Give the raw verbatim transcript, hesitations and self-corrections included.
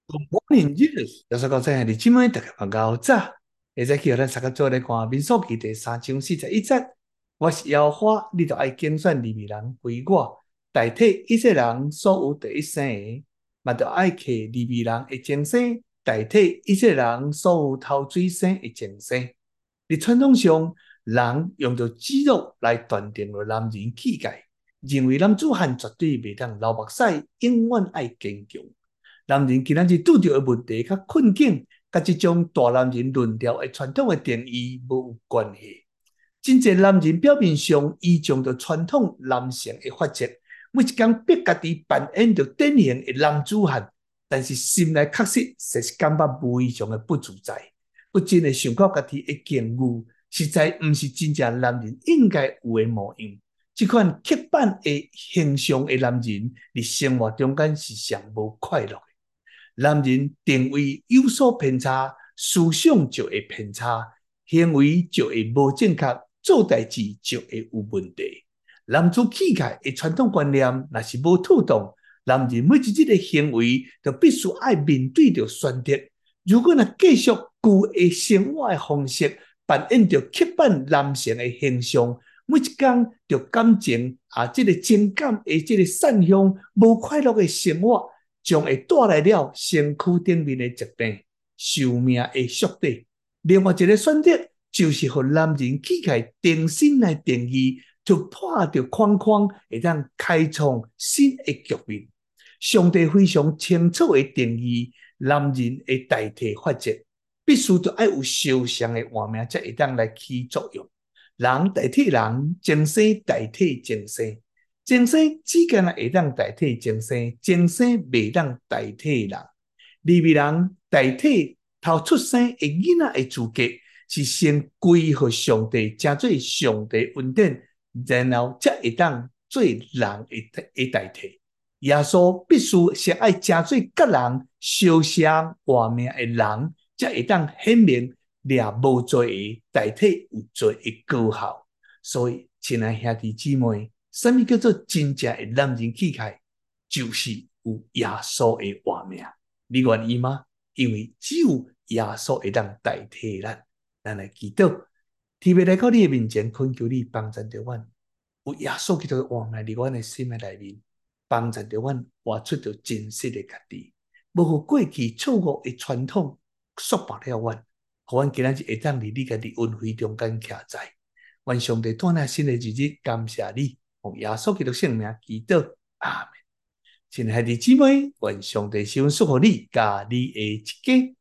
我年日，有所讲真系，你姊妹大家朋友早，会使叫咱三个做来看民数记第三章四十一节。我是妖花，你就爱竞选利未人为我，代替以色列人所有第一生的，嘛就爱摕利未人的精生，代替以色列人所有头水生的精生。伫传统上，人用着肌肉来断定了男人气概，认为男子汉绝对袂当流目屎，永远爱坚强。男人今仔日拄着的问题、甲困境，甲即种大男人论调的传统的定义无有关系。真侪男人表面上依仗着传统男性的法则，每一天逼家己扮演着典型的男子汉，但是心内确实实是感觉非常的不自在，不真的想到家己的境遇，实在毋是真正男人应该有的模样。这款刻板的形象的男人，伫生活中间是上无快乐的。男人定位有所偏差，思想就会偏差，行为就会无正确，做代志就会有问题。男子气概的传统观念若是无妥当，男人每一日的行为就必须爱面对着选择。如果若继续旧的生活的方式，扮演着刻板男性的形象，每一天着感情啊，这个情感的这个散向无快乐的生活。将会带来了身躯顶面的疾病、寿命的缩短。另外一个选择就是和男人气概重新来定义，就破掉框框，会当开创新的局面。上帝非常清楚的定义，男人的代替法则，必须都要有相像的画面，才会当来起作用。人代替人，精神代替精神。精神只干会当代替精神，精神袂当代替人。利未人代替头出生的囡仔的资格，是先归互上帝，成做上帝恩典，然后才会当做人的代替。耶稣必须先爱成做甲人相像活命的人，才会当显明掠无罪的代替有罪的高效。所以，亲爱兄弟姊妹。什么叫做真正的男人气概？就是有耶稣的画面。你愿意吗？因为只有耶稣会当代替咱，咱来祈祷。特别来到你的面前，恳求你帮助着阮，有耶稣基督的画面伫阮的心的内面，帮助着阮活出着真实的家己，无互过去错误的传统束缚了阮，互阮今日会当伫你家己恩惠中间徛在。愿上帝带来新的日子，感谢你。奉耶稣基督圣名祈祷，阿门。亲爱的姊妹，愿上帝赐福你，甲你的一家。